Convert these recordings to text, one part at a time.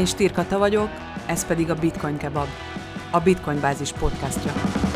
Én Stír Kata vagyok, ez pedig a Bitcoin Kebab, a Bitcoin Bázis podcastja.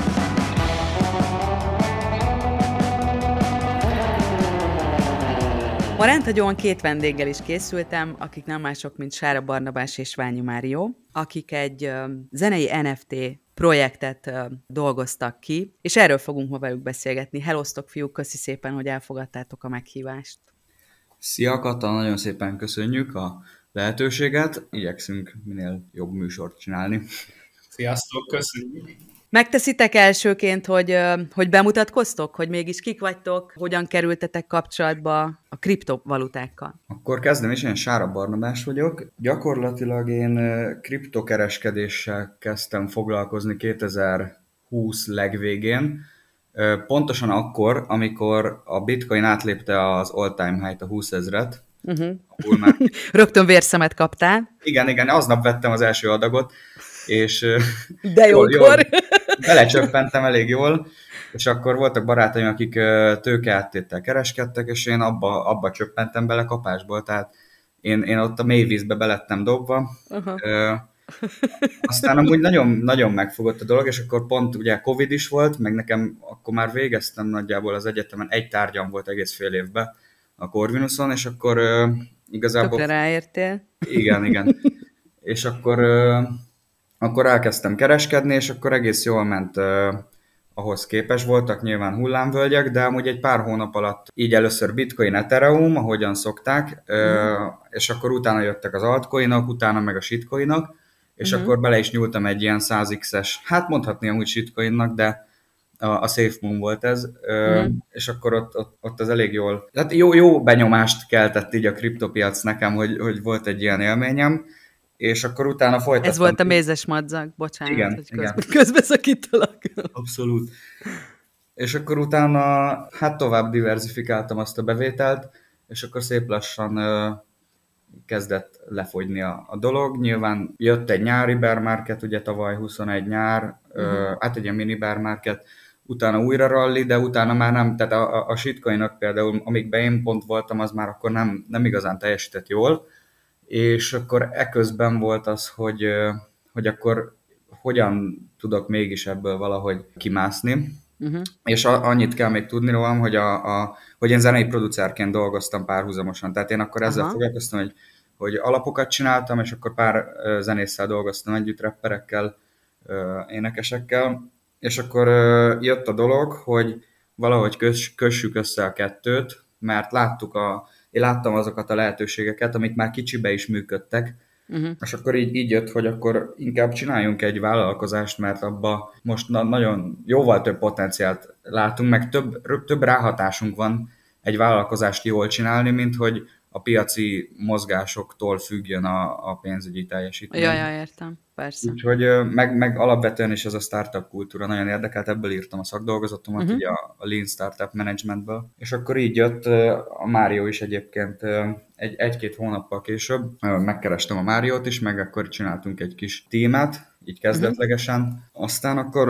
Ma rendhagyóan két vendéggel is készültem, akik nem mások, mint Sára Barnabás és Ványi Márió, akik egy zenei NFT projektet dolgoztak ki, és erről fogunk ma velük beszélgetni. Hellóztok, fiúk, köszi szépen, hogy elfogadtátok a meghívást. Szia Kata, nagyon szépen köszönjük a lehetőséget, igyekszünk minél jobb műsort csinálni. Sziasztok, köszönjük! Megteszitek elsőként, hogy bemutatkoztok, hogy mégis kik vagytok, hogyan kerültetek kapcsolatba a kriptovalutákkal? Akkor kezdem is, én Sára Barnabás vagyok. Gyakorlatilag én kriptokereskedéssel kezdtem foglalkozni 2020 legvégén, pontosan akkor, amikor a Bitcoin átlépte az all-time high-t, a 20 000-et. Már... Rögtön vérszemet kaptál. Igen, aznap vettem az első adagot, és de jókor. Belecsöppentem elég jól, és akkor voltak barátaim, akik tőkeáttéttel kereskedtek, és én abba csöppentem bele kapásból, tehát én ott a mély vízbe belettem dobva. Aztán amúgy nagyon, nagyon megfogott a dolog, és akkor pont ugye Covid is volt, meg nekem akkor már végeztem nagyjából az egyetemen, egy tárgyam volt egész fél évben a Corvinuson, és akkor igazából... Tökre ráértél. Igen. És akkor elkezdtem kereskedni, és akkor egész jól ment, ahhoz képes voltak nyilván hullámvölgyek, de amúgy egy pár hónap alatt így először Bitcoin, Ethereum, ahogyan szokták, és akkor utána jöttek az altcoinok, utána meg a shitcoinok, és akkor bele is nyúltam egy ilyen 100x-es, hát mondhatni amúgy shitcoinnak, de a SafeMoon volt ez, és akkor ott az elég jól, hát jó benyomást keltett így a kriptopiac nekem, hogy volt egy ilyen élményem, és akkor utána folytattam. Ez volt a mézes madzag, bocsánat, igen, hogy közbeszakítalak. Abszolút. És akkor utána hát tovább diversifikáltam azt a bevételt, és akkor szép lassan kezdett lefogyni a dolog. Nyilván jött egy nyári bear market, ugye tavaly 21 nyár, hát egy ilyen mini bear market, utána újra rally, de utána már nem, tehát a shitcoinok például, amikben én pont voltam, az már akkor nem igazán teljesített jól, és akkor eközben volt az, hogy akkor hogyan tudok mégis ebből valahogy kimászni. És annyit kell még tudni rólam, hogy én zenei producerként dolgoztam párhuzamosan. Tehát én akkor ezzel foglalkoztam, hogy alapokat csináltam, és akkor pár zenésszel dolgoztam együtt, rapperekkel, énekesekkel, és akkor jött a dolog, hogy valahogy kössük össze a kettőt, mert én láttam azokat a lehetőségeket, amik már kicsibe is működtek, és akkor így jött, hogy akkor inkább csináljunk egy vállalkozást, mert abba most nagyon jóval több potenciált látunk, meg több ráhatásunk van egy vállalkozást jól csinálni, mint hogy a piaci mozgásoktól függjön a pénzügyi teljesítmény. Ja, értem, persze. Úgyhogy meg alapvetően is ez a startup kultúra nagyon érdekelt, ebből írtam a szakdolgozatomat, ugye a Lean Startup Managementből. És akkor így jött a Márió is egyébként egy-két hónappal később. Megkerestem a Máriót is, meg akkor csináltunk egy kis tímet, így kezdetlegesen. Aztán akkor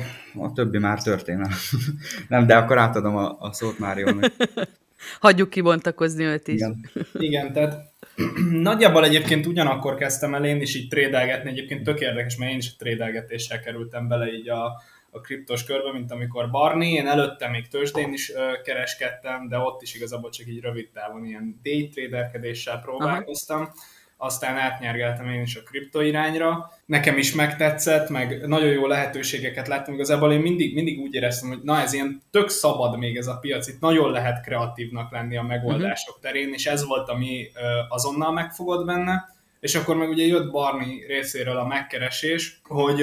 a többi már történelem. Nem, de akkor átadom a szót Máriónak. Hagyjuk kibontakozni őt is. Igen, tehát nagyjából egyébként ugyanakkor kezdtem el én is így trédelgetni, egyébként tök érdekes, mert én is a trédelgetéssel kerültem bele így a kriptos körbe, mint amikor Barni, én előtte még tőzsdén is kereskedtem, de ott is igazából csak így rövid távon ilyen day traderkedéssel próbálkoztam. Aztán átnyergeltem én is a kripto irányra. Nekem is megtetszett, meg nagyon jó lehetőségeket láttam. Igazából én mindig úgy éreztem, hogy na ez ilyen tök szabad még ez a piac, itt nagyon lehet kreatívnak lenni a megoldások terén, és ez volt, ami azonnal megfogott benne. És akkor meg ugye jött Barni részéről a megkeresés, hogy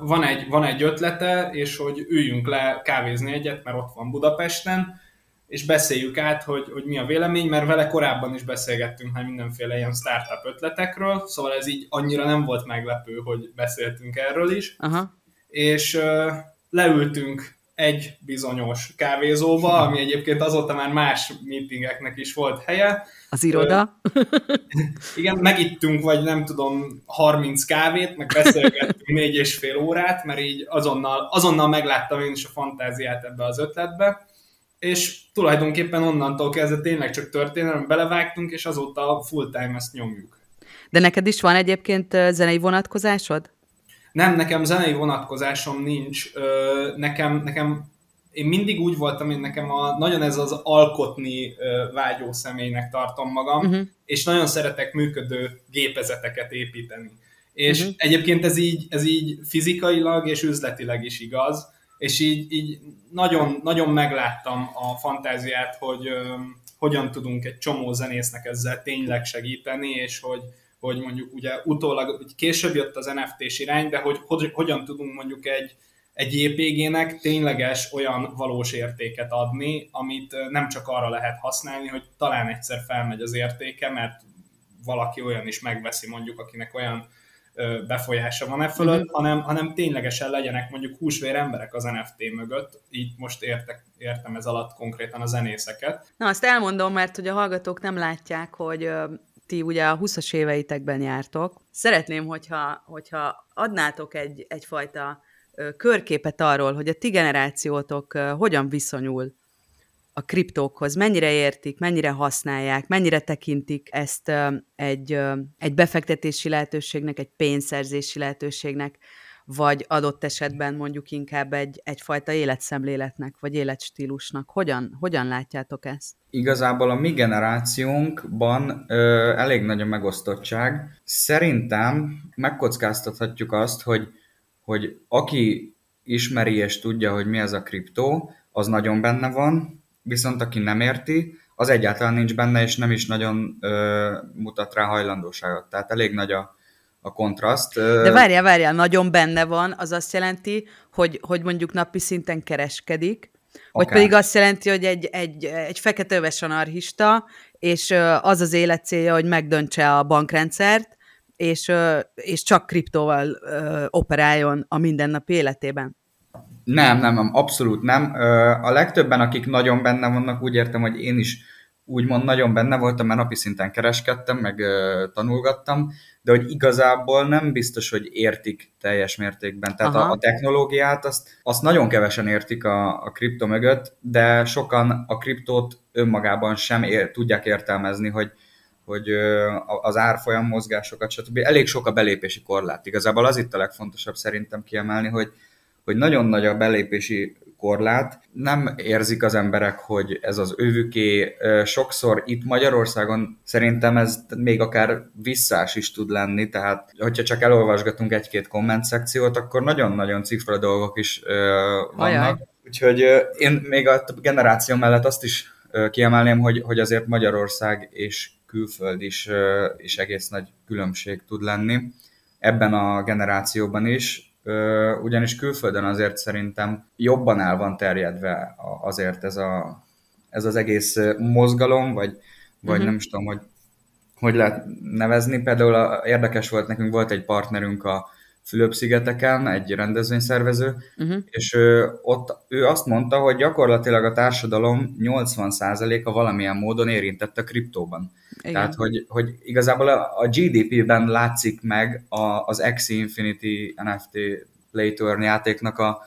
van egy ötlete, és hogy üljünk le kávézni egyet, mert ott van Budapesten, és beszéljük át, hogy mi a vélemény, mert vele korábban is beszélgettünk már mindenféle ilyen startup ötletekről, szóval ez így annyira nem volt meglepő, hogy beszéltünk erről is. És leültünk egy bizonyos kávézóba, ami egyébként azóta már más meetingeknek is volt helye. Az iroda. Igen, megittünk, vagy nem tudom, 30 kávét, meg beszélgettünk 4,5 órát, mert így azonnal megláttam én is a fantáziát ebbe az ötletbe, és tulajdonképpen onnantól kezdve tényleg csak történelem, belevágtunk, és azóta full time ezt nyomjuk. De neked is van egyébként zenei vonatkozásod? Nem, nekem zenei vonatkozásom nincs. Nekem én mindig úgy voltam, hogy nekem nagyon ez az alkotni vágyó személynek tartom magam, és nagyon szeretek működő gépezeteket építeni. És egyébként ez így fizikailag és üzletileg is igaz, és így nagyon, nagyon megláttam a fantáziát, hogy hogyan tudunk egy csomó zenésznek ezzel tényleg segíteni, és hogy mondjuk ugye utólag, később jött az NFT-s irány, de hogy hogyan tudunk mondjuk egy JPG-nek tényleges olyan valós értéket adni, amit nem csak arra lehet használni, hogy talán egyszer felmegy az értéke, mert valaki olyan is megveszi mondjuk, akinek olyan befolyása van fölött, hanem ténylegesen legyenek mondjuk húsvér emberek az NFT mögött, így most értem ez alatt konkrétan a zenészeket. Na, azt elmondom, mert hogy a hallgatók nem látják, hogy ti ugye a 20-as éveitekben jártok. Szeretném, hogyha adnátok egyfajta körképet arról, hogy a ti generációtok hogyan viszonyul a kriptókhoz, mennyire értik, mennyire használják, mennyire tekintik ezt egy befektetési lehetőségnek, egy pénzszerzési lehetőségnek, vagy adott esetben mondjuk inkább egyfajta életszemléletnek, vagy életstílusnak. Hogyan látjátok ezt? Igazából a mi generációnkban elég nagy a megosztottság. Szerintem megkockáztathatjuk azt, hogy aki ismeri és tudja, hogy mi ez a kriptó, az nagyon benne van, viszont aki nem érti, az egyáltalán nincs benne, és nem is nagyon mutat rá hajlandóságot. Tehát elég nagy a kontraszt. De várjál, nagyon benne van, az azt jelenti, hogy mondjuk napi szinten kereskedik, vagy pedig azt jelenti, hogy egy feketeöves anarchista, és az az életcélja, hogy megdöntse a bankrendszert, és csak kriptóval operáljon a mindennapi életében. Nem, abszolút nem. A legtöbben, akik nagyon benne vannak, úgy értem, hogy én is úgymond nagyon benne voltam, mert napi szinten kereskedtem, meg tanulgattam, de hogy igazából nem biztos, hogy értik teljes mértékben. Tehát a technológiát, azt nagyon kevesen értik a kripto mögött, de sokan a kriptót önmagában sem tudják értelmezni, hogy az árfolyam mozgásokat, stb. Elég sok a belépési korlát. Igazából az itt a legfontosabb szerintem kiemelni, hogy nagyon nagy a belépési korlát, nem érzik az emberek, hogy ez az ővüké. Sokszor itt Magyarországon szerintem ez még akár visszás is tud lenni, tehát hogyha csak elolvasgatunk egy-két komment szekciót, akkor nagyon-nagyon cifra dolgok is vannak. Úgyhogy én még a generáció mellett azt is kiemelném, hogy azért Magyarország és külföld is egész nagy különbség tud lenni. Ebben a generációban is, ugyanis külföldön azért szerintem jobban el van terjedve azért ez az egész mozgalom, vagy nem is tudom, hogy lehet nevezni. Például érdekes volt, nekünk volt egy partnerünk a Fülöp-szigeteken, egy rendezvényszervező, és ő azt mondta, hogy gyakorlatilag a társadalom 80%-a valamilyen módon érintett a kriptóban. Igen. Tehát, hogy igazából a GDP-ben látszik meg az Axie Infinity NFT Play to Earn játéknak a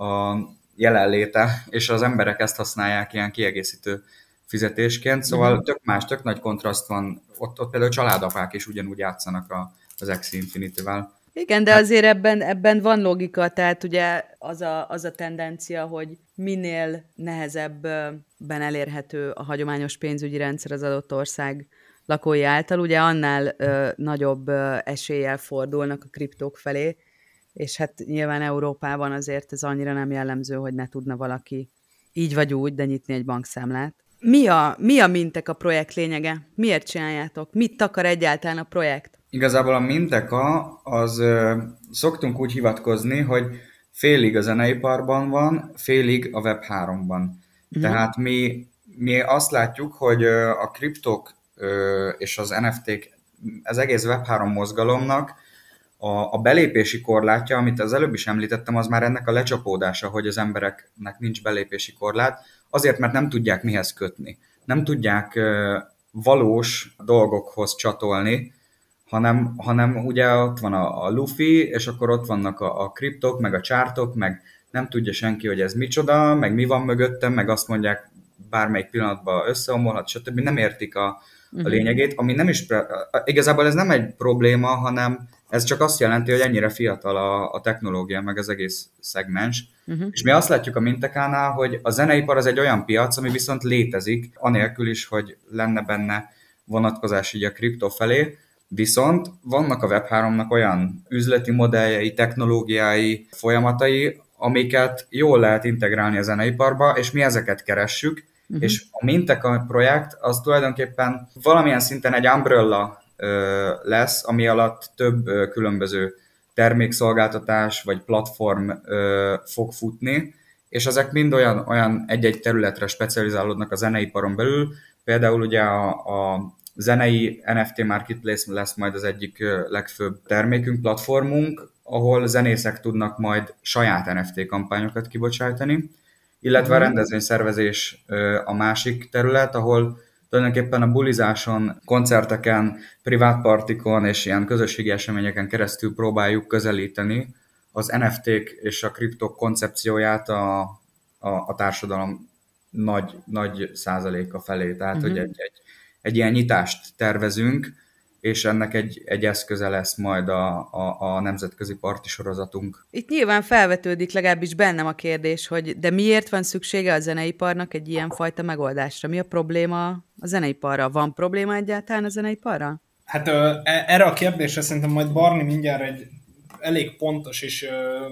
jelenléte, és az emberek ezt használják ilyen kiegészítő fizetésként, szóval tök nagy kontraszt van, ott például családapák is ugyanúgy játszanak az Axie Infinity-vel. Igen, de azért ebben van logika, tehát ugye az a tendencia, hogy minél nehezebben elérhető a hagyományos pénzügyi rendszer az adott ország lakói által, ugye annál nagyobb eséllyel fordulnak a kriptók felé, és hát nyilván Európában azért ez annyira nem jellemző, hogy ne tudna valaki így vagy úgy, de nyitni egy bankszámlát. Mi a Mintek a projekt lényege? Miért csináljátok? Mit akar egyáltalán a projekt? Igazából a Minteka, az szoktunk úgy hivatkozni, hogy félig a zeneiparban van, félig a Web3-ban. Tehát mi azt látjuk, hogy a kriptók és az NFT-k, az egész Web3 mozgalomnak a belépési korlátja, amit az előbb is említettem, az már ennek a lecsapódása, hogy az embereknek nincs belépési korlát, azért, mert nem tudják mihez kötni. Nem tudják valós dolgokhoz csatolni, hanem ugye ott van a Luffy, és akkor ott vannak a kriptok, meg a csártok, meg nem tudja senki, hogy ez micsoda, meg mi van mögöttem, meg azt mondják, bármelyik pillanatban összeomolhat, stb. Nem értik a lényegét, ami nem is, igazából ez nem egy probléma, hanem ez csak azt jelenti, hogy ennyire fiatal a technológia, meg az egész szegmens. És mi azt látjuk a Mintekánál, hogy a zeneipar az egy olyan piac, ami viszont létezik, anélkül is, hogy lenne benne vonatkozás így a kriptó felé, viszont vannak a Web3-nak olyan üzleti modelljei, technológiái, folyamatai, amiket jól lehet integrálni a zeneiparba, és mi ezeket keressük, és a Minteka projekt az tulajdonképpen valamilyen szinten egy umbrella lesz, ami alatt több különböző termékszolgáltatás vagy platform fog futni, és ezek mind olyan egy-egy területre specializálódnak a zeneiparon belül. Például ugye a zenei NFT Marketplace lesz majd az egyik legfőbb termékünk, platformunk, ahol zenészek tudnak majd saját NFT kampányokat kibocsátani, illetve a rendezvényszervezés a másik terület, ahol tulajdonképpen a bulizáson, koncerteken, privát partikon és ilyen közösségi eseményeken keresztül próbáljuk közelíteni az NFT-k és a kriptok koncepcióját a társadalom nagy százaléka felé. Tehát, hogy egy ilyen nyitást tervezünk, és ennek egy eszköze lesz majd a nemzetközi parti sorozatunk. Itt nyilván felvetődik legalábbis bennem a kérdés, hogy de miért van szüksége a zeneiparnak egy ilyen fajta megoldásra? Mi a probléma a zeneiparra? Van probléma egyáltalán a zeneiparra? Hát erre a kérdésre szerintem majd Barni mindjárt egy elég pontos és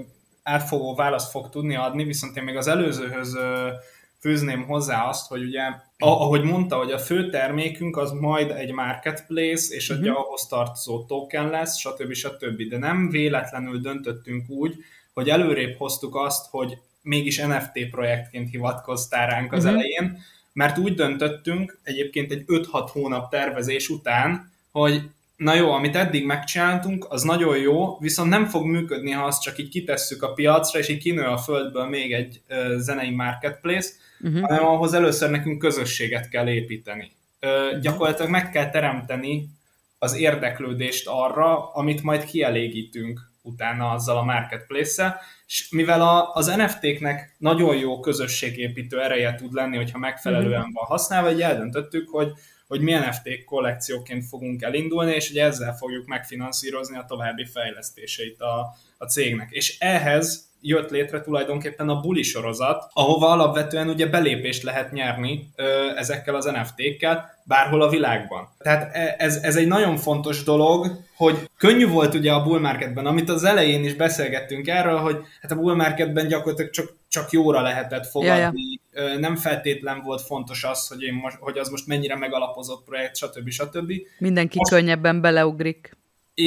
átfogó választ fog tudni adni, viszont én még az előzőhöz fűzném hozzá azt, hogy ugye, ahogy mondta, hogy a fő termékünk az majd egy marketplace, és egy ahhoz tartozó token lesz, stb. De nem véletlenül döntöttünk úgy, hogy előrébb hoztuk azt, hogy mégis NFT projektként hivatkoztál ránk az elején, mert úgy döntöttünk egyébként egy 5-6 hónap tervezés után, hogy na jó, amit eddig megcsináltunk, az nagyon jó, viszont nem fog működni, ha azt csak így kitesszük a piacra, és így kinő a földből még egy zenei marketplace, hanem ahhoz először nekünk közösséget kell építeni. Gyakorlatilag meg kell teremteni az érdeklődést arra, amit majd kielégítünk utána azzal a marketplace-szel, és mivel az NFT-knek nagyon jó közösségépítő ereje tud lenni, hogyha megfelelően van használva, így eldöntöttük, hogy mi NFT kollekcióként fogunk elindulni, és ugye ezzel fogjuk megfinanszírozni a további fejlesztéseit a cégnek. És ehhez jött létre tulajdonképpen a buli sorozat, ahova alapvetően ugye belépést lehet nyerni ezekkel az NFT-kkel bárhol a világban. Tehát ez egy nagyon fontos dolog, hogy könnyű volt ugye a bull marketben, amit az elején is beszélgettünk erről, hogy hát a bull marketben gyakorlatilag csak jóra lehetett fogadni, nem feltétlen volt fontos az, hogy az most mennyire megalapozott projekt, stb. Mindenki könnyebben beleugrik.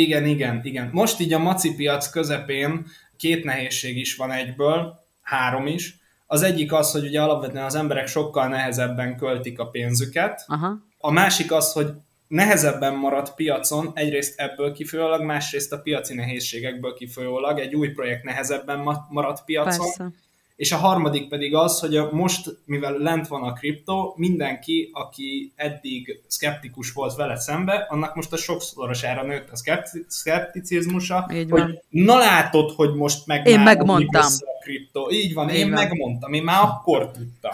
Igen. Most így a maci piac közepén 2 nehézség is van egyből, 3 is. Az egyik az, hogy ugye alapvetően az emberek sokkal nehezebben költik a pénzüket. Aha. A másik az, hogy nehezebben marad piacon, egyrészt ebből kifolyólag, másrészt a piaci nehézségekből kifolyólag, egy új projekt nehezebben marad piacon. Persze. És a harmadik pedig az, hogy most, mivel lent van a kriptó, mindenki, aki eddig szkeptikus volt vele szembe, annak most a sokszorosára nőtt a szkepticizmusa, hogy na látod, hogy most én megmondtam. A kriptó. Így van, én megmondtam, én már akkor tudtam.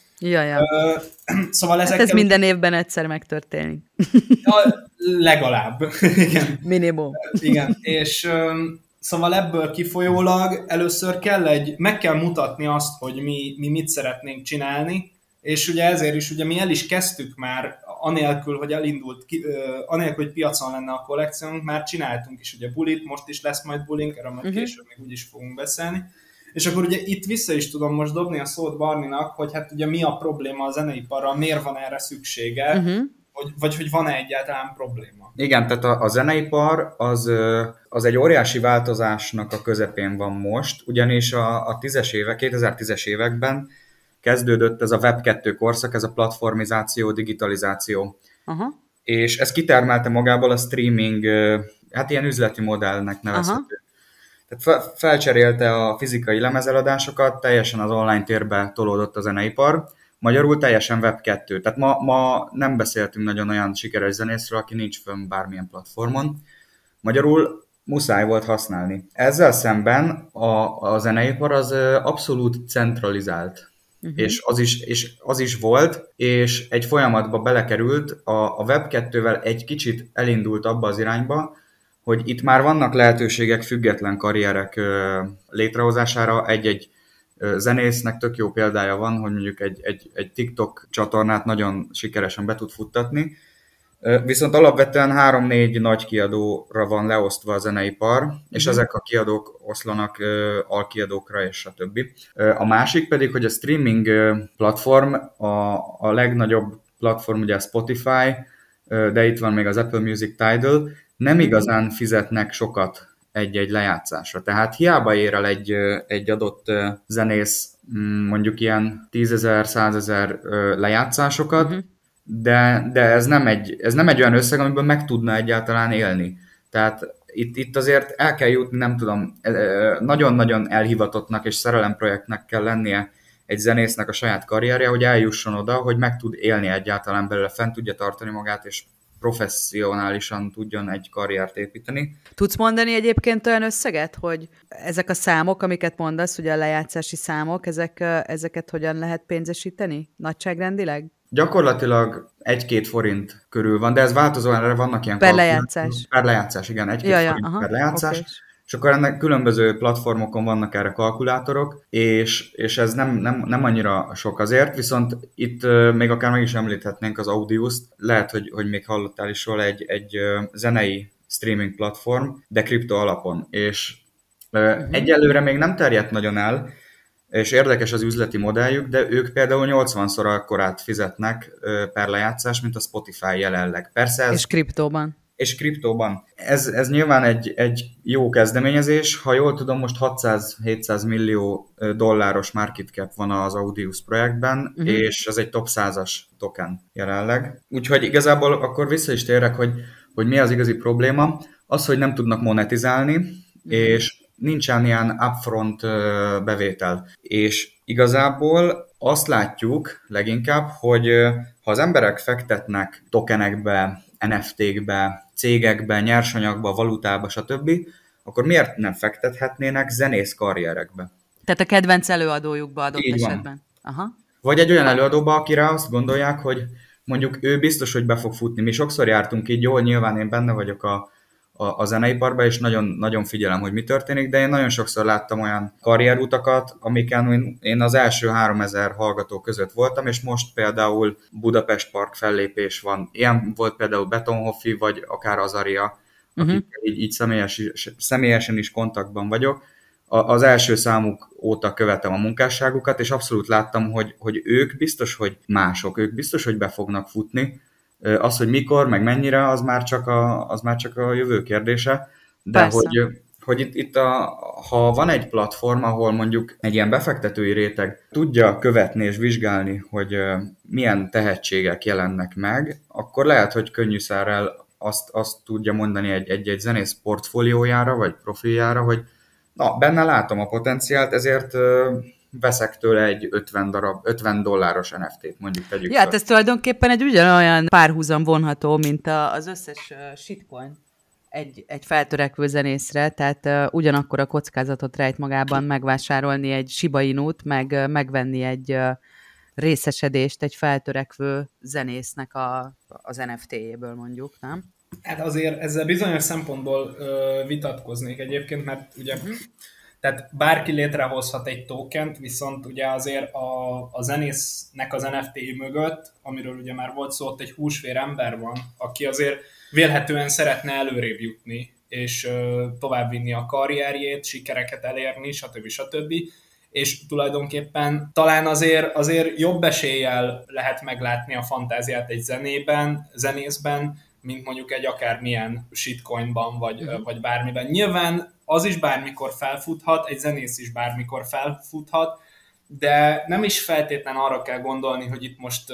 Szóval ez minden évben egyszer megtörténik. Legalább. Igen. Minimum. Igen, és szóval ebből kifolyólag először meg kell mutatni azt, hogy mi mit szeretnénk csinálni, és ugye ezért is ugye mi el is kezdtük már, anélkül, hogy anélkül, hogy piacon lenne a kollekciónk, már csináltunk is ugye bulit, most is lesz majd bulink, erről majd később még úgyis fogunk beszélni. És akkor ugye itt vissza is tudom most dobni a szót Barninak, hogy hát ugye mi a probléma a zeneiparral, miért van erre szüksége, vagy hogy van-e egyáltalán probléma. Igen, tehát a zeneipar az egy óriási változásnak a közepén van most, ugyanis a 2010-es években kezdődött ez a Web2 korszak, ez a platformizáció, digitalizáció. És ez kitermelte magából a streaming, hát ilyen üzleti modellnek nevezhető. Tehát felcserélte a fizikai lemezeladásokat, teljesen az online térbe tolódott a zeneipar, magyarul teljesen Web2. Tehát ma nem beszéltünk nagyon olyan sikeres zenészről, aki nincs fönn bármilyen platformon. Magyarul muszáj volt használni. Ezzel szemben a zeneipar az abszolút centralizált. és az is volt, és egy folyamatba belekerült, a Web2-vel egy kicsit elindult abba az irányba, hogy itt már vannak lehetőségek független karrierek létrehozására. Egy-egy zenésznek tök jó példája van, hogy mondjuk egy TikTok csatornát nagyon sikeresen be tud futtatni, viszont alapvetően 3-4 nagy kiadóra van leosztva a zeneipar, és ezek a kiadók oszlanak alkiadókra és stb. A másik pedig, hogy a streaming platform, a legnagyobb platform ugye a Spotify, de itt van még az Apple Music, Tidal, nem igazán fizetnek sokat egy-egy lejátszásra. Tehát hiába ér el egy adott zenész mondjuk ilyen 10 000, 100 000 lejátszásokat, de ez nem egy olyan összeg, amiből meg tudna egyáltalán élni. Tehát itt azért el kell jutni, nem tudom, nagyon-nagyon elhivatottnak és szerelemprojektnek kell lennie egy zenésznek a saját karrierje, hogy eljusson oda, hogy meg tud élni egyáltalán belőle, fent tudja tartani magát, és professzionálisan tudjon egy karriert építeni. Tudsz mondani egyébként olyan összeget, hogy ezek a számok, amiket mondasz, ugye a lejátszási számok, ezeket hogyan lehet pénzesíteni nagyságrendileg? Gyakorlatilag 1-2 forint körül van, de ez változó, erre vannak ilyen per lejátszás. Per lejátszás, igen, 1-2 forint per lejátszás. Okay. És akkor ennek különböző platformokon vannak erre kalkulátorok, és ez nem annyira sok azért, viszont itt még akár meg is említhetnénk az Audius-t, lehet, hogy még hallottál is róla, egy zenei streaming platform, de kripto alapon, és egyelőre még nem terjedt nagyon el, és érdekes az üzleti modelljük, de ők például 80-szor akkorát fizetnek per lejátszás, mint a Spotify jelenleg. Persze és kriptóban. És kriptóban. Ez nyilván egy jó kezdeményezés. Ha jól tudom, most 600-700 millió dolláros market cap van az Audius projektben, és ez egy top 100-as token jelenleg. Úgyhogy igazából akkor vissza is térek, hogy mi az igazi probléma. Az, hogy nem tudnak monetizálni, és nincsen ilyen upfront bevétel. És igazából azt látjuk leginkább, hogy ha az emberek fektetnek tokenekbe, NFT-kbe, cégekbe, nyersanyagba, valutába, stb., akkor miért nem fektethetnének zenész karrierekbe? Tehát a kedvenc előadójukba adott így esetben. Aha. Vagy egy olyan előadóba, akire azt gondolják, hogy mondjuk ő biztos, hogy be fog futni. Mi sokszor jártunk így, jól nyilván én benne vagyok a zeneiparban, és nagyon, nagyon figyelem, hogy mi történik, de én nagyon sokszor láttam olyan karrierutakat, amiken én az első 3000 hallgató között voltam, és most például Budapest Park fellépés van. Ilyen volt például Betonhoffi, vagy akár Azaria, akikkel így személyesen is kontaktban vagyok. Az első számuk óta követem a munkásságukat, és abszolút láttam, hogy ők biztos, hogy mások, ők biztos, hogy be fognak futni. Az, hogy mikor, meg mennyire, az már csak a jövő kérdése, de hogy itt ha van egy platform, ahol mondjuk egy ilyen befektetői réteg tudja követni és vizsgálni, hogy milyen tehetségek jelennek meg, akkor lehet, hogy könnyűszerrel azt tudja mondani egy zenész portfóliójára, vagy profiljára, hogy na, benne látom a potenciált, ezért veszek tőle egy 50 dolláros NFT-t, mondjuk tegyük fel. Hát ez tulajdonképpen egy ugyanolyan párhuzam vonható, mint az összes shitcoin egy feltörekvő zenészre, tehát ugyanakkor a kockázatot rejt magában megvásárolni egy Shiba Inut, megvenni egy részesedést egy feltörekvő zenésznek az NFT-jéből mondjuk, nem? Hát azért ezzel bizonyos szempontból vitatkoznék egyébként, mert ugye tehát bárki létrehozhat egy tokent, viszont ugye azért a zenésznek az NFT mögött, amiről ugye már volt szó, ott egy húsvér ember van, aki azért vélhetően szeretne előrébb jutni, és továbbvinni a karrierjét, sikereket elérni, stb. És tulajdonképpen talán azért jobb eséllyel lehet meglátni a fantáziát egy zenészben, mint mondjuk egy akármilyen shitcoinban, vagy bármiben. Nyilván az is bármikor felfuthat, egy zenész is bármikor felfuthat, de nem is feltétlen arra kell gondolni, hogy itt most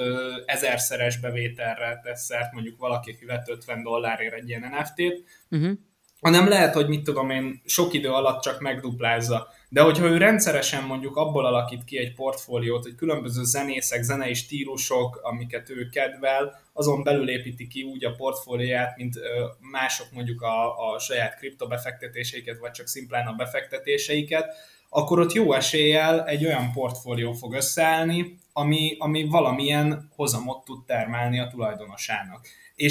1000-szeres bevételre tesz szert mondjuk valaki, aki vett $50 egy ilyen NFT-t, hanem lehet, hogy mit tudom én, sok idő alatt csak megduplázza. De hogyha ő rendszeresen mondjuk abból alakít ki egy portfóliót, hogy különböző zenészek, zenei stílusok, amiket ő kedvel, azon belül építi ki úgy a portfólióját, mint mások mondjuk a saját kriptobefektetéseiket, vagy csak szimplán a befektetéseiket, akkor ott jó eséllyel egy olyan portfólió fog összeállni, ami valamilyen hozamot tud termelni a tulajdonosának.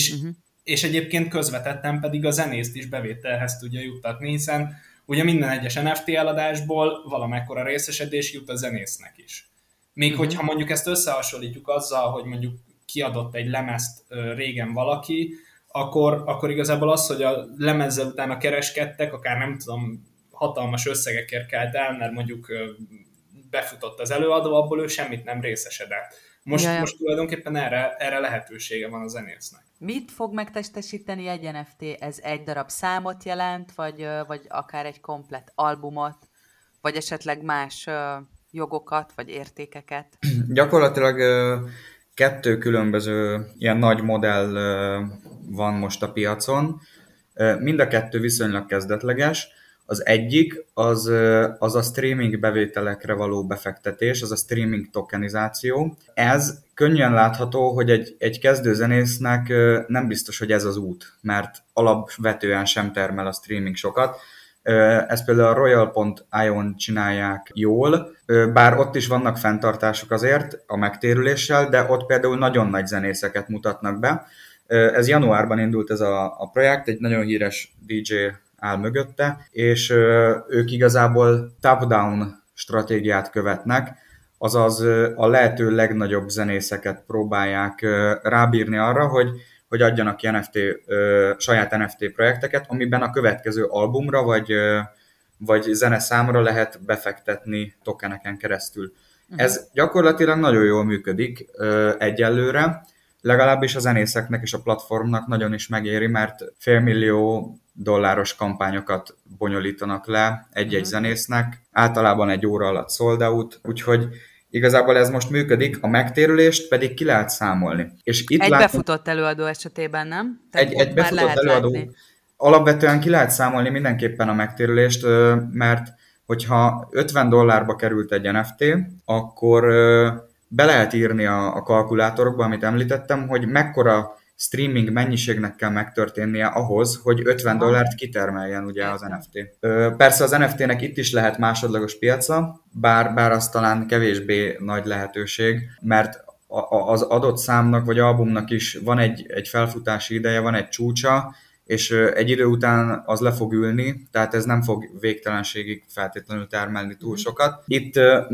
És egyébként közvetetten pedig a zenészt is bevételhez tudja juttatni, hiszen ugye minden egyes NFT eladásból valamekkora részesedés jut a zenésznek is. Még hogyha mondjuk ezt összehasonlítjuk azzal, hogy mondjuk kiadott egy lemezt régen valaki, akkor igazából az, hogy a lemezzel utána kereskedtek, akár nem tudom, hatalmas összegekért kelt el, mert mondjuk befutott az előadó, abból ő semmit nem részesedett. Most tulajdonképpen erre lehetősége van a zenésznek. Mit fog megtestesíteni egy NFT? Ez egy darab számot jelent, vagy akár egy komplett albumot, vagy esetleg más jogokat, vagy értékeket? Gyakorlatilag 2 különböző ilyen nagy modell van most a piacon. Mind a 2 viszonylag kezdetleges. Az egyik az a streaming bevételekre való befektetés, az a streaming tokenizáció. Ez könnyen látható, hogy egy kezdőzenésznek nem biztos, hogy ez az út, mert alapvetően sem termel a streaming sokat. Ezt például a Royal.io-n csinálják jól, bár ott is vannak fenntartások azért a megtérüléssel, de ott például nagyon nagy zenészeket mutatnak be. Ez januárban indult ez a projekt, egy nagyon híres DJ áll mögötte, és ők igazából top-down stratégiát követnek, azaz a lehető legnagyobb zenészeket próbálják rábírni arra, hogy adjanak ki saját NFT projekteket, amiben a következő albumra vagy zeneszámra lehet befektetni tokeneken keresztül. Ez gyakorlatilag nagyon jól működik egyelőre, legalábbis a zenészeknek és a platformnak nagyon is megéri, mert $500,000 kampányokat bonyolítanak le egy-egy zenésznek, általában egy óra alatt sold out, úgyhogy igazából ez most működik, a megtérülést pedig ki lehet számolni. És itt befutott előadó esetében, nem? Egy befutott előadó. Látni. Alapvetően ki lehet számolni mindenképpen a megtérülést, mert hogyha $50 került egy NFT, akkor be lehet írni a kalkulátorokba, amit említettem, hogy mekkora streaming mennyiségnek kell megtörténnie ahhoz, hogy $50 kitermeljen ugye az NFT. Persze az NFT-nek itt is lehet másodlagos piaca, bár az talán kevésbé nagy lehetőség, mert az adott számnak vagy albumnak is van egy felfutási ideje, van egy csúcsa, és egy idő után az le fog ülni, tehát ez nem fog végtelenségig feltétlenül termelni túl sokat. Itt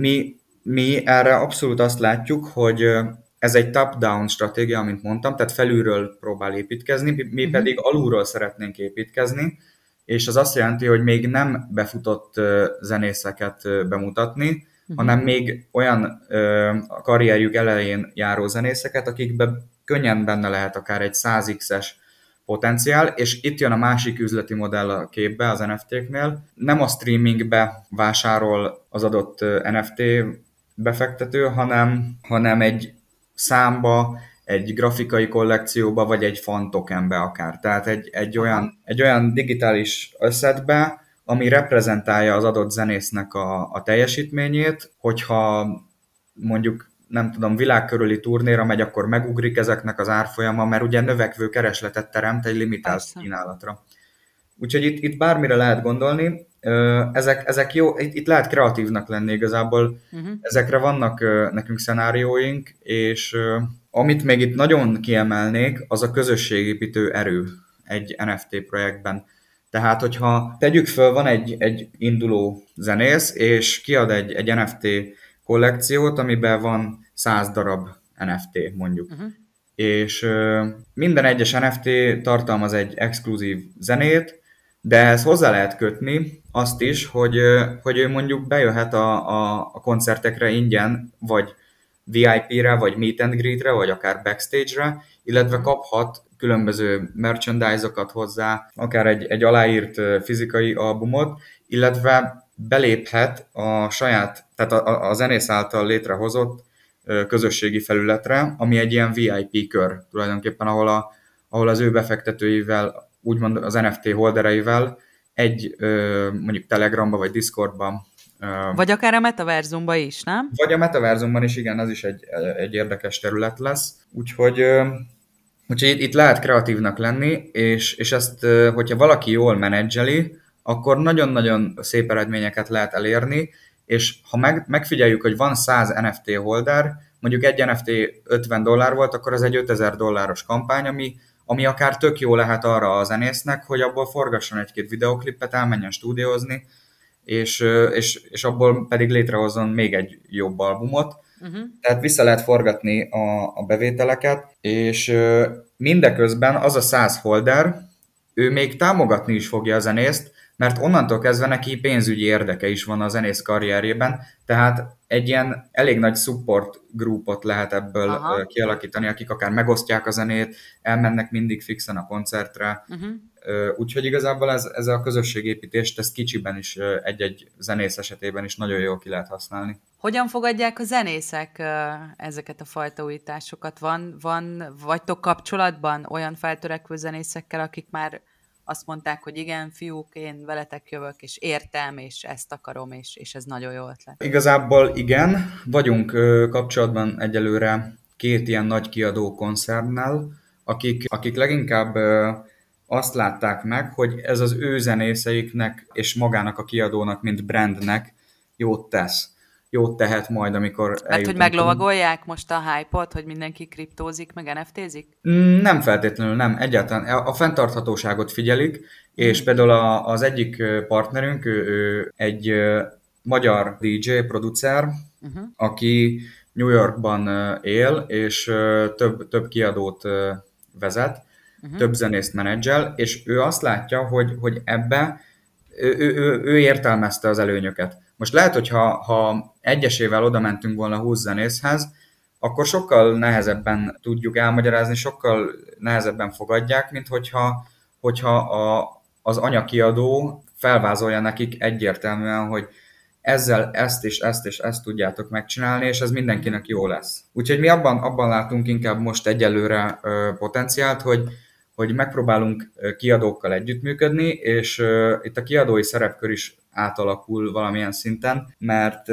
mi erre abszolút azt látjuk, hogy ez egy top-down stratégia, amint mondtam, tehát felülről próbál építkezni, mi pedig alulról szeretnénk építkezni, és az azt jelenti, hogy még nem befutott zenészeket bemutatni, hanem még olyan a karrierjük elején járó zenészeket, akikben könnyen benne lehet akár egy 100x-es potenciál, és itt jön a másik üzleti modell a képbe az NFT-knél. Nem a streamingbe vásárol az adott NFT befektető, hanem egy számba, egy grafikai kollekcióba, vagy egy fan tokenbe akár. Tehát egy olyan digitális assetbe, ami reprezentálja az adott zenésznek a teljesítményét, hogyha mondjuk nem tudom, világkörüli turnéra megy, akkor megugrik ezeknek az árfolyama, mert ugye növekvő keresletet teremt egy limitált kínálatra. Úgyhogy itt bármire lehet gondolni, ezek jó, itt lehet kreatívnak lenni igazából, ezekre vannak nekünk szenárióink, és amit még itt nagyon kiemelnék, az a közösségépítő erő egy NFT projektben. Tehát, hogyha tegyük föl, van egy induló zenész, és kiad egy NFT kollekciót, amiben van 100 darab NFT mondjuk. És minden egyes NFT tartalmaz egy exkluzív zenét, de ehhez hozzá lehet kötni azt is, hogy ő mondjuk bejöhet a koncertekre ingyen, vagy VIP-re, vagy meet and greet-re, vagy akár backstage-re, illetve kaphat különböző merchandise-okat hozzá, akár egy aláírt fizikai albumot, illetve beléphet a saját, tehát a zenész által létrehozott közösségi felületre, ami egy ilyen VIP kör tulajdonképpen, ahol az ő befektetőivel úgymond az NFT holdereivel mondjuk Telegramban vagy Discordban. Vagy akár a metaverzumban is, nem? Vagy a metaverzumban is, igen, az is egy érdekes terület lesz. Úgyhogy itt lehet kreatívnak lenni, és ezt, hogyha valaki jól menedzseli, akkor nagyon-nagyon szép eredményeket lehet elérni, és ha megfigyeljük, hogy van 100 NFT holder, mondjuk egy NFT $50 volt, akkor ez egy $5000 kampány, ami akár tök jó lehet arra a zenésznek, hogy abból forgasson egy-két videoklipet, elmenjen stúdiózni, és abból pedig létrehozzon még egy jobb albumot. Tehát vissza lehet forgatni a bevételeket, és mindeközben az a 100 holder, ő még támogatni is fogja a zenészt, mert onnantól kezdve neki pénzügyi érdeke is van a zenész karrierjében, tehát egy ilyen elég nagy support groupot lehet ebből kialakítani, akik akár megosztják a zenét, elmennek mindig fixen a koncertre, úgyhogy igazából ez a közösségépítést, ezt kicsiben is egy-egy zenész esetében is nagyon jól ki lehet használni. Hogyan fogadják a zenészek ezeket a fajta újításokat? Vagytok kapcsolatban olyan feltörekvő zenészekkel, akik már azt mondták, hogy igen, fiúk, én veletek jövök, és értem, és ezt akarom, és ez nagyon jó ötlet. Igazából igen, vagyunk kapcsolatban egyelőre 2 ilyen nagy kiadó koncernnel, akik leginkább azt látták meg, hogy ez az ő zenészeiknek és magának a kiadónak, mint brandnek jót tesz. Jót tehet majd, amikor eljutunk. Mert hogy meglovagolják most a hype-ot, hogy mindenki kriptózik, meg NFT-zik? Nem feltétlenül, nem. Egyáltalán a fenntarthatóságot figyelik, és például az egyik partnerünk, ő egy magyar DJ, producer, aki New Yorkban él, és több kiadót vezet, több zenészt menedzsel, és ő azt látja, hogy ebbe ő értelmezte az előnyöket. Most lehet, hogy ha egyesével oda mentünk volna 20 zenészhez, akkor sokkal nehezebben tudjuk elmagyarázni, sokkal nehezebben fogadják, mint hogyha az anyakiadó felvázolja nekik egyértelműen, hogy ezzel ezt és ezt és ezt tudjátok megcsinálni, és ez mindenkinek jó lesz. Úgyhogy mi abban látunk inkább most egyelőre potenciált, hogy megpróbálunk kiadókkal együttműködni, és itt a kiadói szerepkör is átalakul valamilyen szinten, mert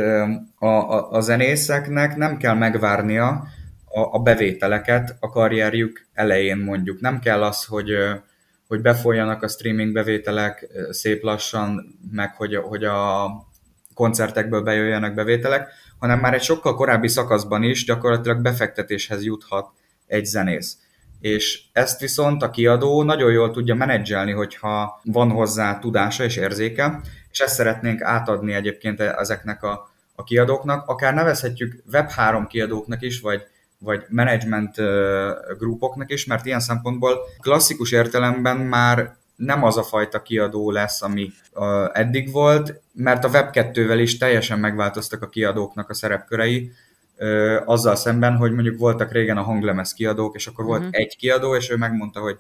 a zenészeknek nem kell megvárnia a bevételeket a karrierjük elején mondjuk. Nem kell az, hogy befolyjanak a streaming bevételek szép lassan, meg hogy a koncertekből bejöjjenek bevételek, hanem már egy sokkal korábbi szakaszban is gyakorlatilag befektetéshez juthat egy zenész. És ezt viszont a kiadó nagyon jól tudja menedzselni, hogyha van hozzá tudása és érzéke, és ezt szeretnénk átadni egyébként ezeknek a kiadóknak, akár nevezhetjük Web3 kiadóknak is, vagy management groupoknak is, mert ilyen szempontból klasszikus értelemben már nem az a fajta kiadó lesz, ami eddig volt, mert a Web2-vel is teljesen megváltoztak a kiadóknak a szerepkörei, azzal szemben, hogy mondjuk voltak régen a hanglemez kiadók, és akkor volt egy kiadó, és ő megmondta, hogy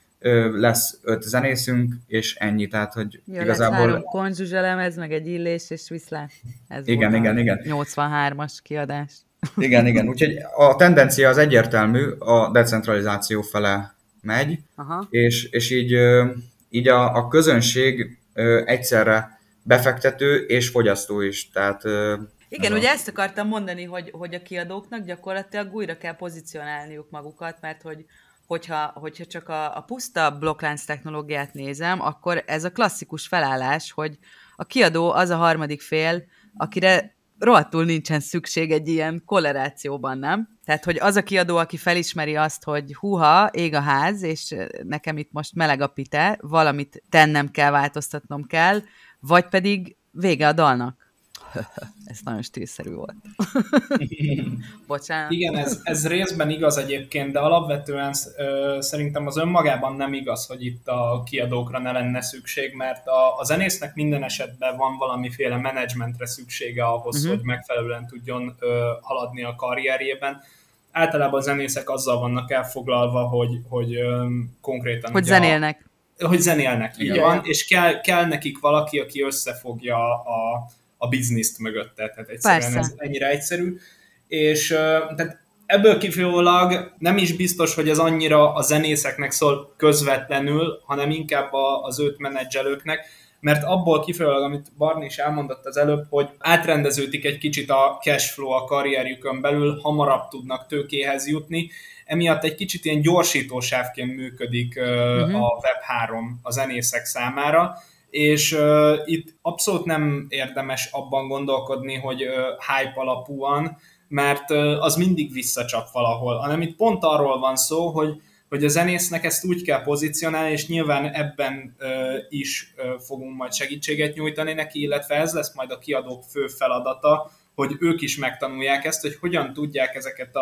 lesz 5 zenészünk, és ennyi, tehát, hogy igazából... Lesz 3 konzsuzselemez, meg egy illés, és viszlát. Ez igen. 83-as kiadás. Igen, úgyhogy a tendencia az egyértelmű, a decentralizáció fele megy, és így a közönség egyszerre befektető és fogyasztó is, tehát... Igen, ugye ezt akartam mondani, hogy a kiadóknak gyakorlatilag újra kell pozícionálniuk magukat, mert hogyha csak a puszta blokklánc technológiát nézem, akkor ez a klasszikus felállás, hogy a kiadó az a harmadik fél, akire rohadtul nincsen szükség egy ilyen kollerációban, nem? Tehát, hogy az a kiadó, aki felismeri azt, hogy húha, ég a ház, és nekem itt most meleg a pite, valamit tennem kell, változtatnom kell, vagy pedig vége a dalnak. Ez nagyon stílszerű volt. Bocsánat. Igen, ez részben igaz egyébként, de alapvetően szerintem az önmagában nem igaz, hogy itt a kiadókra ne lenne szükség, mert a zenésznek minden esetben van valamiféle menedzsmentre szüksége ahhoz, hogy megfelelően tudjon haladni a karrierjében. Általában a zenészek azzal vannak elfoglalva, hogy konkrétan... Hogy zenélnek. Hogy zenélnek, így van, és kell nekik valaki, aki összefogja a bizniszt mögötte, tehát egyszerűen ez ennyire egyszerű. És tehát ebből kifolyólag nem is biztos, hogy ez annyira a zenészeknek szól közvetlenül, hanem inkább az őt menedzselőknek, mert abból kifolyólag, amit Barni is elmondott az előbb, hogy átrendeződik egy kicsit a cashflow a karrierjükön belül, hamarabb tudnak tőkéhez jutni, emiatt egy kicsit ilyen gyorsítósávként működik a Web3 a zenészek számára, és itt abszolút nem érdemes abban gondolkodni, hogy hype alapúan, mert az mindig visszacsap valahol, hanem itt pont arról van szó, hogy a zenésznek ezt úgy kell pozícionálni, és nyilván ebben is fogunk majd segítséget nyújtani neki, illetve ez lesz majd a kiadók fő feladata, hogy ők is megtanulják ezt, hogy hogyan tudják ezeket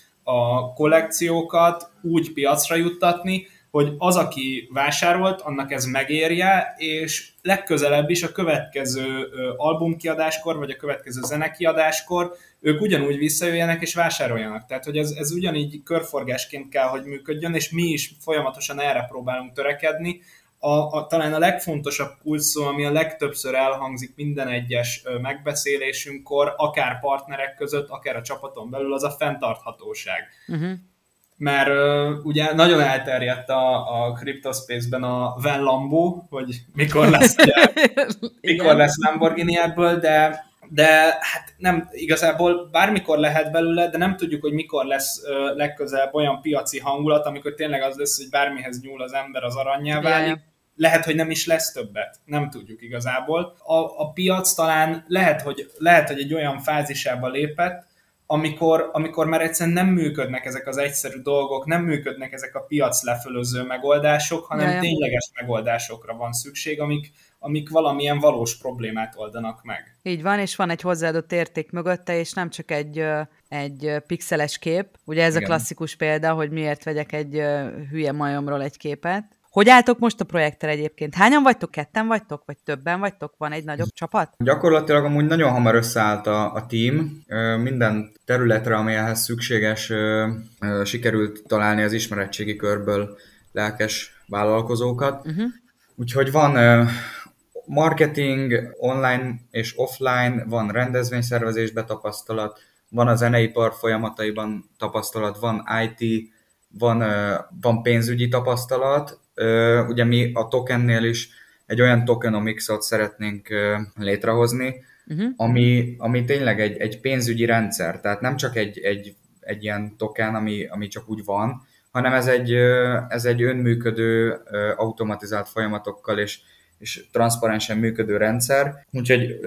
a kollekciókat úgy piacra juttatni, hogy az, aki vásárolt, annak ez megérje, és legközelebb is a következő albumkiadáskor, vagy a következő zenekiadáskor ők ugyanúgy visszajöjjenek és vásároljanak. Tehát, hogy ez ugyanígy körforgásként kell, hogy működjön, és mi is folyamatosan erre próbálunk törekedni. Talán a legfontosabb kulcsszó, ami a legtöbbször elhangzik minden egyes megbeszélésünkkor, akár partnerek között, akár a csapaton belül, az a fenntarthatóság. Mert ugye nagyon elterjedt a CryptoSpace-ben a Van Lambo, hogy mikor lesz, mikor lesz Lamborghini ebből, de hát nem, igazából bármikor lehet belőle, de nem tudjuk, hogy mikor lesz legközelebb olyan piaci hangulat, amikor tényleg az lesz, hogy bármihez nyúl az ember, az aranyjá válik. Lehet, hogy nem is lesz többet. Nem tudjuk igazából. A piac talán lehet, hogy egy olyan fázisába lépett, amikor már egyszerűen nem működnek ezek az egyszerű dolgok, nem működnek ezek a piac lefölöző megoldások, hanem tényleges megoldásokra van szükség, amik valamilyen valós problémát oldanak meg. Így van, és van egy hozzáadott érték mögötte, és nem csak egy pixeles kép. Ugye ez a klasszikus példa, hogy miért vegyek egy hülye majomról egy képet. Hogy álltok most a projekttel egyébként? Hányan vagytok? Ketten vagytok? Vagy többen vagytok? Van egy nagyobb csapat? Gyakorlatilag amúgy nagyon hamar összeállt a team. Minden területre, ami ehhez szükséges, sikerült találni az ismeretségi körből lelkes vállalkozókat. Úgyhogy van marketing, online és offline, van rendezvényszervezésbe tapasztalat, van a zeneipar folyamataiban tapasztalat, van IT, van pénzügyi tapasztalat. Ugye mi a tokennél is egy olyan tokenomicsot szeretnénk létrehozni, ami tényleg egy pénzügyi rendszer, tehát nem csak egy ilyen token, ami csak úgy van, hanem ez egy önműködő, automatizált folyamatokkal és transzparensen működő rendszer. Úgyhogy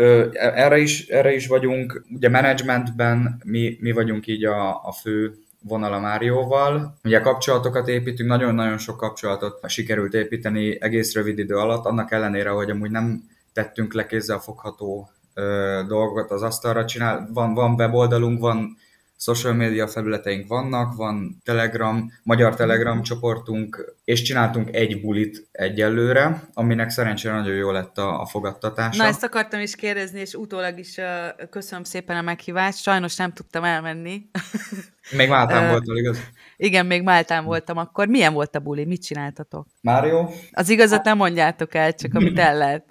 erre is vagyunk. Ugye managementben mi vagyunk így a fő vonal a Márióval. Ugye kapcsolatokat építünk, nagyon-nagyon sok kapcsolatot sikerült építeni egész rövid idő alatt, annak ellenére, hogy amúgy nem tettünk le kézzel fogható dolgokat az asztalra. Van weboldalunk, van social media felületeink vannak, van Telegram, magyar Telegram csoportunk, és csináltunk egy bulit egyelőre, aminek szerencsére nagyon jó lett a fogadtatása. Na, ezt akartam is kérdezni, és utólag is köszönöm szépen a meghívást. Sajnos nem tudtam elmenni. Még Máltán voltál, igaz? Igen, még Máltán voltam akkor. Milyen volt a buli? Mit csináltatok? Mário? Az igazat nem mondjátok el, csak amit el lehet.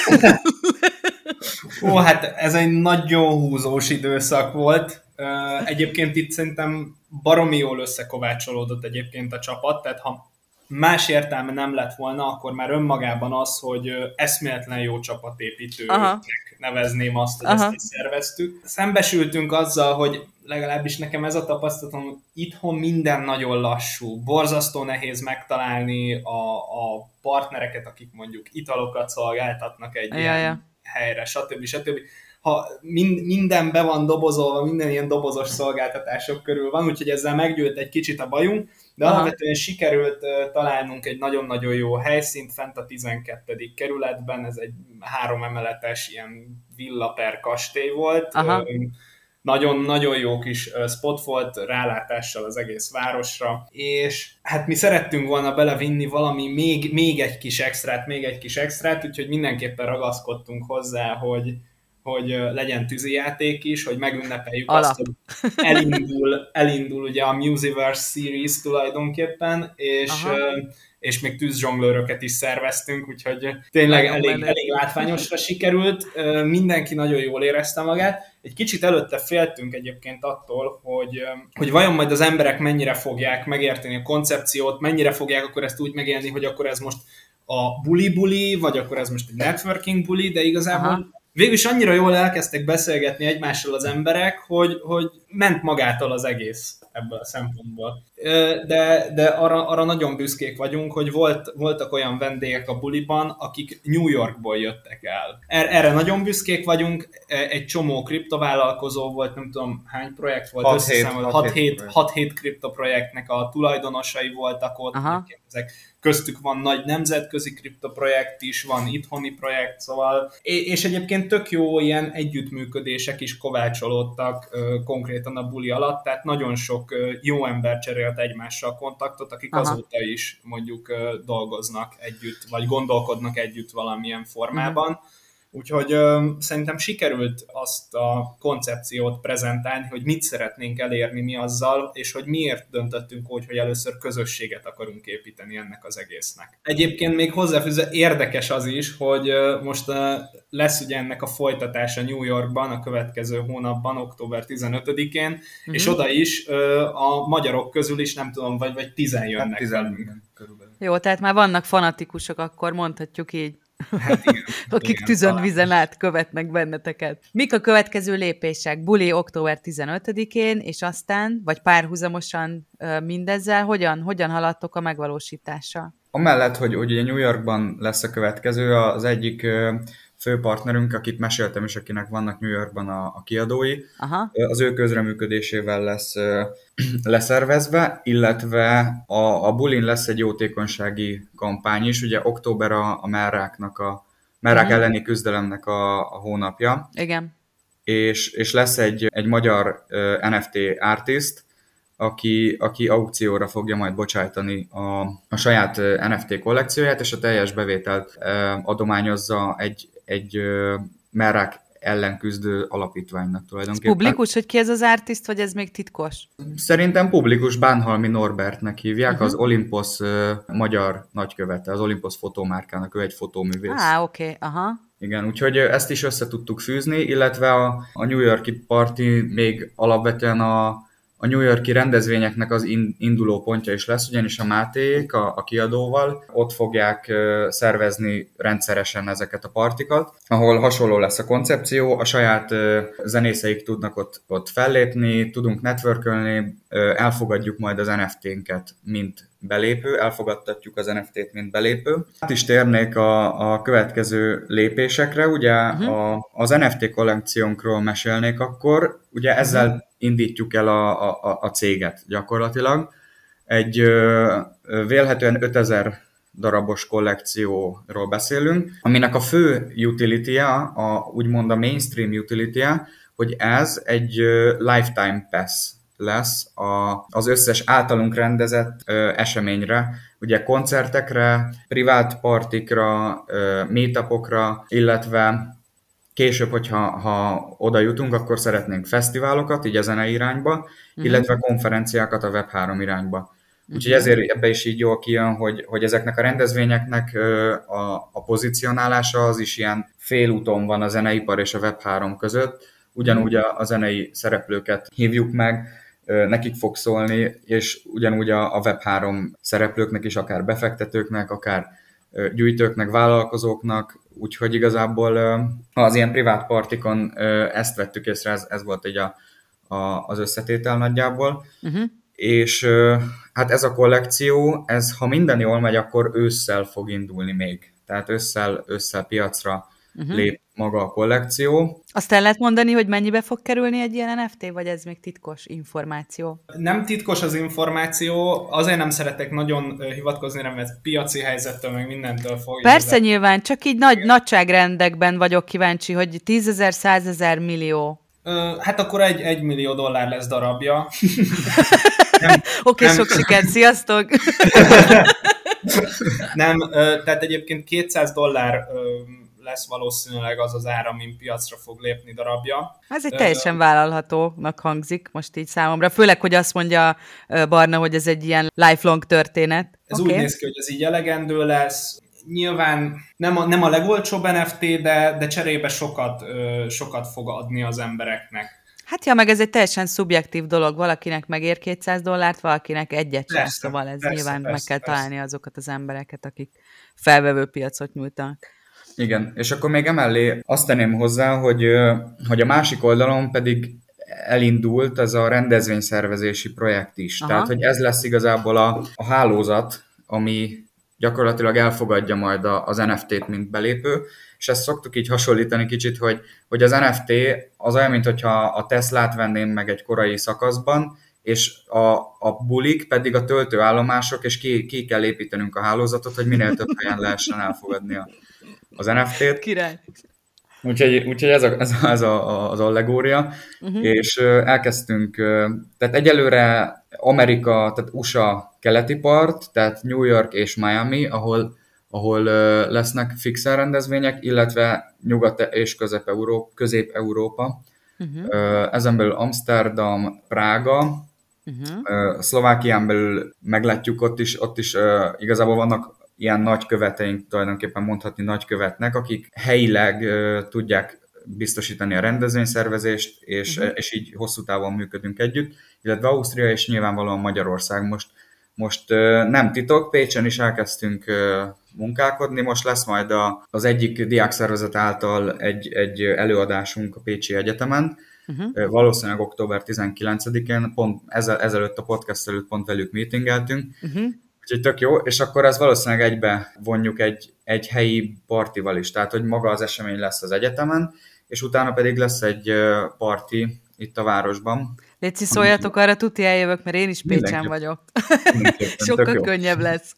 Ó, hát ez egy nagyon húzós időszak volt. Egyébként itt szerintem baromi jól összekovácsolódott egyébként a csapat, tehát ha más értelme nem lett volna, akkor már önmagában az, hogy eszméletlen jó csapatépítőnek nevezném azt, hogy ezt is szerveztük. Szembesültünk azzal, hogy legalábbis nekem ez a tapasztalatom, itthon minden nagyon lassú, borzasztó nehéz megtalálni a partnereket, akik mondjuk italokat szolgáltatnak egy ilyen helyre, stb. Ha minden be van dobozolva, minden ilyen dobozos szolgáltatások körül van, úgyhogy ezzel meggyűlt egy kicsit a bajunk, de alapvetően sikerült találnunk egy nagyon-nagyon jó helyszínt fent a 12. kerületben, ez egy 3 emeletes ilyen villa per kastély volt. Nagyon-nagyon jó kis spot volt, rálátással az egész városra, és hát mi szerettünk volna belevinni valami még egy kis extrát, úgyhogy mindenképpen ragaszkodtunk hozzá, hogy legyen tűzijáték is, hogy megünnepeljük Alap. azt, hogy elindul ugye a Musiverse Series tulajdonképpen, és még tűzzsonglőröket is szerveztünk, úgyhogy tényleg elég látványosra sikerült. Mindenki nagyon jól érezte magát. Egy kicsit előtte féltünk egyébként attól, hogy vajon majd az emberek mennyire fogják megérteni a koncepciót, mennyire fogják akkor ezt úgy megélni, hogy akkor ez most a buli, vagy akkor ez most egy networking buli, de igazából végülis annyira jól elkezdtek beszélgetni egymással az emberek, hogy ment magától az egész ebből a szempontból. De arra nagyon büszkék vagyunk, hogy voltak olyan vendégek a buliban, akik New Yorkból jöttek el. Erre nagyon büszkék vagyunk, egy csomó kriptovállalkozó volt, nem tudom hány projekt volt, 6-7 kriptoprojektnek a tulajdonosai voltak ott, ezek köztük van nagy nemzetközi kriptoprojekt is, van itthoni projekt, szóval, és egyébként tök jó ilyen együttműködések is kovácsolódtak konkrétan a buli alatt, tehát nagyon sok jó ember cserélt egymással kontaktot, akik azóta is mondjuk dolgoznak együtt, vagy gondolkodnak együtt valamilyen formában. Úgyhogy szerintem sikerült azt a koncepciót prezentálni, hogy mit szeretnénk elérni mi azzal, és hogy miért döntöttünk úgy, hogy először közösséget akarunk építeni ennek az egésznek. Egyébként még hozzáfűzve érdekes az is, hogy most lesz ugye ennek a folytatása New Yorkban a következő hónapban, október 15-én, és oda is a magyarok közül is nem tudom, vagy 10 jönnek. 10 körülbelül. Jó, tehát már vannak fanatikusok, akkor mondhatjuk így. Hát igen, akik tűzön vizen át követnek benneteket. Mik a következő lépések? Buli október 15-én, és aztán, vagy párhuzamosan mindezzel, hogyan haladtok a megvalósítással? Amellett, hogy ugye New Yorkban lesz a következő, az egyik főpartnerünk, akit meséltem, és akinek vannak New Yorkban a kiadói, az ő közreműködésével lesz leszervezve, illetve a bulin lesz egy jótékonysági kampány is, ugye október a merrák elleni küzdelemnek a hónapja. Igen. És lesz egy magyar NFT artist, aki aukcióra fogja majd bocsájtani a saját NFT kollekcióját, és a teljes bevételt adományozza egy merrák ellen küzdő alapítványnak tulajdonképpen. Publikus, hogy ki ez az artist, vagy ez még titkos? Szerintem publikus, Bánhalmi Norbertnek hívják, az Olympos magyar nagykövete, az Olympos fotómárkának, ő egy fotóművész. Oké. Igen, úgyhogy ezt is össze tudtuk fűzni, illetve a New York-i parti még alapvetően a New York-i rendezvényeknek az induló pontja is lesz, ugyanis a Mátéék a kiadóval ott fogják szervezni rendszeresen ezeket a partikat, ahol hasonló lesz a koncepció, a saját zenészeik tudnak ott fellépni, tudunk networkölni, elfogadjuk majd az NFT-nket, mint belépő, elfogadtatjuk az NFT-t, mint belépő. Hát is térnék a következő lépésekre, ugye az NFT kollekciónkról mesélnék akkor, ugye ezzel indítjuk el a céget gyakorlatilag. Egy vélhetően 5000 darabos kollekcióról beszélünk, aminek a fő utility-a, úgymond a mainstream utility-a, hogy ez egy lifetime pass lesz az összes általunk rendezett eseményre, ugye koncertekre, privát partikra, meetupokra, illetve később, hogyha oda jutunk, akkor szeretnénk fesztiválokat, így a zenei irányba, illetve konferenciákat a Web3 irányba. Úgyhogy ezért ebbe is így jól kijön, hogy ezeknek a rendezvényeknek a pozicionálása az is ilyen félúton van a zeneipar és a Web3 között. Ugyanúgy a zenei szereplőket hívjuk meg, nekik fog szólni, és ugyanúgy a Web3 szereplőknek is, akár befektetőknek, akár gyűjtőknek, vállalkozóknak, úgyhogy igazából az ilyen privát partikon ezt vettük észre, ez volt így az összetétel nagyjából. És hát ez a kollekció, ha minden jól megy, akkor ősszel fog indulni még. Tehát ősszel piacra lép maga a kollekció. Azt el lehet mondani, hogy mennyibe fog kerülni egy ilyen NFT, vagy ez még titkos információ? Nem titkos az információ, azért nem szeretek nagyon hivatkozni, mert piaci helyzettől, meg mindentől fog. Persze nyilván, csak így nagyságrendekben vagyok kíváncsi, hogy 10 000, 100 000, millió. Hát akkor $1 millió lesz darabja. Oké, sok sikert, sziasztok! Nem, tehát egyébként $200 lesz valószínűleg az az ára, amin piacra fog lépni darabja. Ez egy teljesen vállalhatónak hangzik most így számomra, főleg, hogy azt mondja Barna, hogy ez egy ilyen lifelong történet. Ez úgy néz ki, hogy ez így elegendő lesz. Nyilván nem a legolcsóbb NFT, de cserébe sokat fog adni az embereknek. Hát ja, meg ez egy teljesen szubjektív dolog, valakinek megér $200, valakinek egyet sem, szóval ez nyilván meg kell találni azokat az embereket, akik felvevő piacot nyújtanak. Igen, és akkor még emellé azt tenném hozzá, hogy a másik oldalon pedig elindult ez a rendezvényszervezési projekt is. Aha. Tehát, hogy ez lesz igazából a hálózat, ami gyakorlatilag elfogadja majd az NFT-t, mint belépő, és ezt szoktuk így hasonlítani kicsit, hogy az NFT az olyan, mintha a Teslát venném meg egy korai szakaszban, és a bulik pedig a töltőállomások, és ki kell építenünk a hálózatot, hogy minél több helyen lehessen elfogadni az NFT-t. Király. Úgyhogy ez az allegória, és elkezdtünk, tehát egyelőre Amerika, tehát USA keleti part, tehát New York és Miami, ahol lesznek fixen rendezvények, illetve Nyugat- és Közép-Európa. Ezen belül Amsterdam, Prága, Szlovákián belül meglátjuk, ott is igazából vannak ilyen nagyköveteink, tulajdonképpen mondhatni nagykövetnek, akik helyileg tudják biztosítani a rendezvényszervezést, és így hosszú távon működünk együtt, illetve Ausztria és nyilvánvalóan Magyarország. Most nem titok, Pécsen is elkezdtünk munkálkodni, most lesz majd az egyik diákszervezet által egy előadásunk a Pécsi Egyetemen, valószínűleg október 19-én, pont ezelőtt a podcast előtt pont velük meetingeltünk, úgyhogy tök jó, és akkor ez valószínűleg egybe vonjuk egy helyi partival is, tehát hogy maga az esemény lesz az egyetemen, és utána pedig lesz egy parti itt a városban. Léci, szóljatok arra, tuti eljövök, mert én is Pécsen vagyok. Sokkal könnyebb lesz.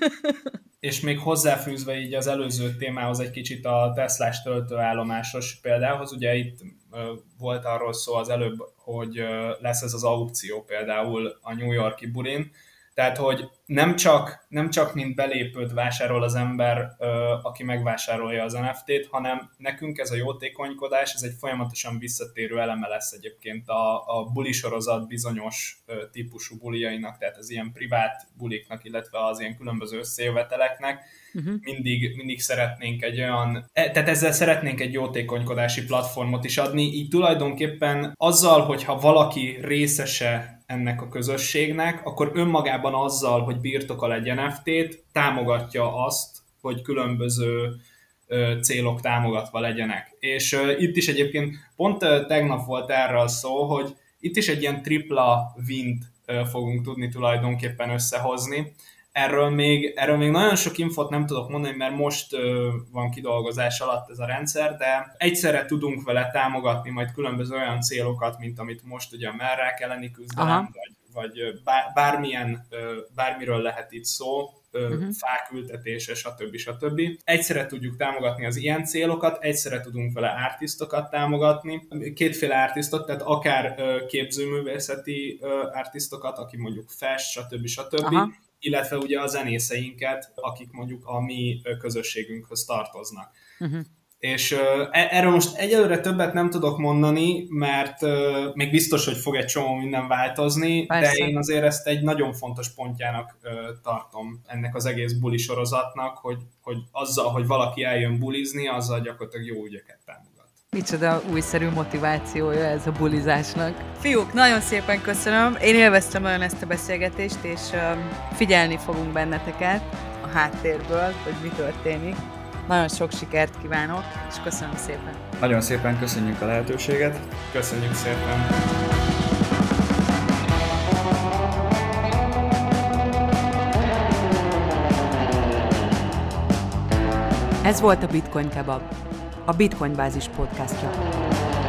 És még hozzáfűzve így az előző témához egy kicsit a Teslás töltőállomásos példához, ugye itt volt arról szó az előbb, hogy lesz ez az aukció például a New York-i bulin, tehát, hogy nem csak mint belépőt vásárol az ember, aki megvásárolja az NFT-t, hanem nekünk ez a jótékonykodás, ez egy folyamatosan visszatérő eleme lesz egyébként a buli sorozat bizonyos típusú bulijainak, tehát az ilyen privát buliknak, illetve az ilyen különböző összejöveteleknek. Mindig szeretnénk tehát ezzel szeretnénk egy jótékonykodási platformot is adni, így tulajdonképpen azzal, hogyha valaki részese ennek a közösségnek, akkor önmagában azzal, hogy birtokol egy NFT-t, támogatja azt, hogy különböző célok támogatva legyenek. És itt is egyébként pont tegnap volt erről szó, hogy itt is egy ilyen tripla wint fogunk tudni tulajdonképpen összehozni. Erről még nagyon sok infot nem tudok mondani, mert most van kidolgozás alatt ez a rendszer, de egyszerre tudunk vele támogatni majd különböző olyan célokat, mint amit most ugye a mellrák elleni küzdelem, vagy bármiről lehet itt szó, fák ültetése, stb. Egyszerre tudjuk támogatni az ilyen célokat, egyszerre tudunk vele artistokat támogatni, kétféle artistot, tehát akár képzőművészeti artistokat, aki mondjuk fest, stb. Illetve ugye a zenészeinket, akik mondjuk a mi közösségünkhöz tartoznak. És erről most egyelőre többet nem tudok mondani, mert még biztos, hogy fog egy csomó minden változni, persze. De én azért ezt egy nagyon fontos pontjának tartom ennek az egész buli sorozatnak, hogy azzal, hogy valaki eljön bulizni, azzal gyakorlatilag jó ügyeket támogat. Micsoda újszerű motivációja ez a bulizásnak. Fiúk, nagyon szépen köszönöm. Én élveztem nagyon ezt a beszélgetést, és figyelni fogunk benneteket a háttérből, hogy mi történik. Nagyon sok sikert kívánok, és köszönöm szépen. Nagyon szépen köszönjük a lehetőséget. Köszönjük szépen. Ez volt a Bitcoin Kebab, a Bitcoin Bázis podcastja.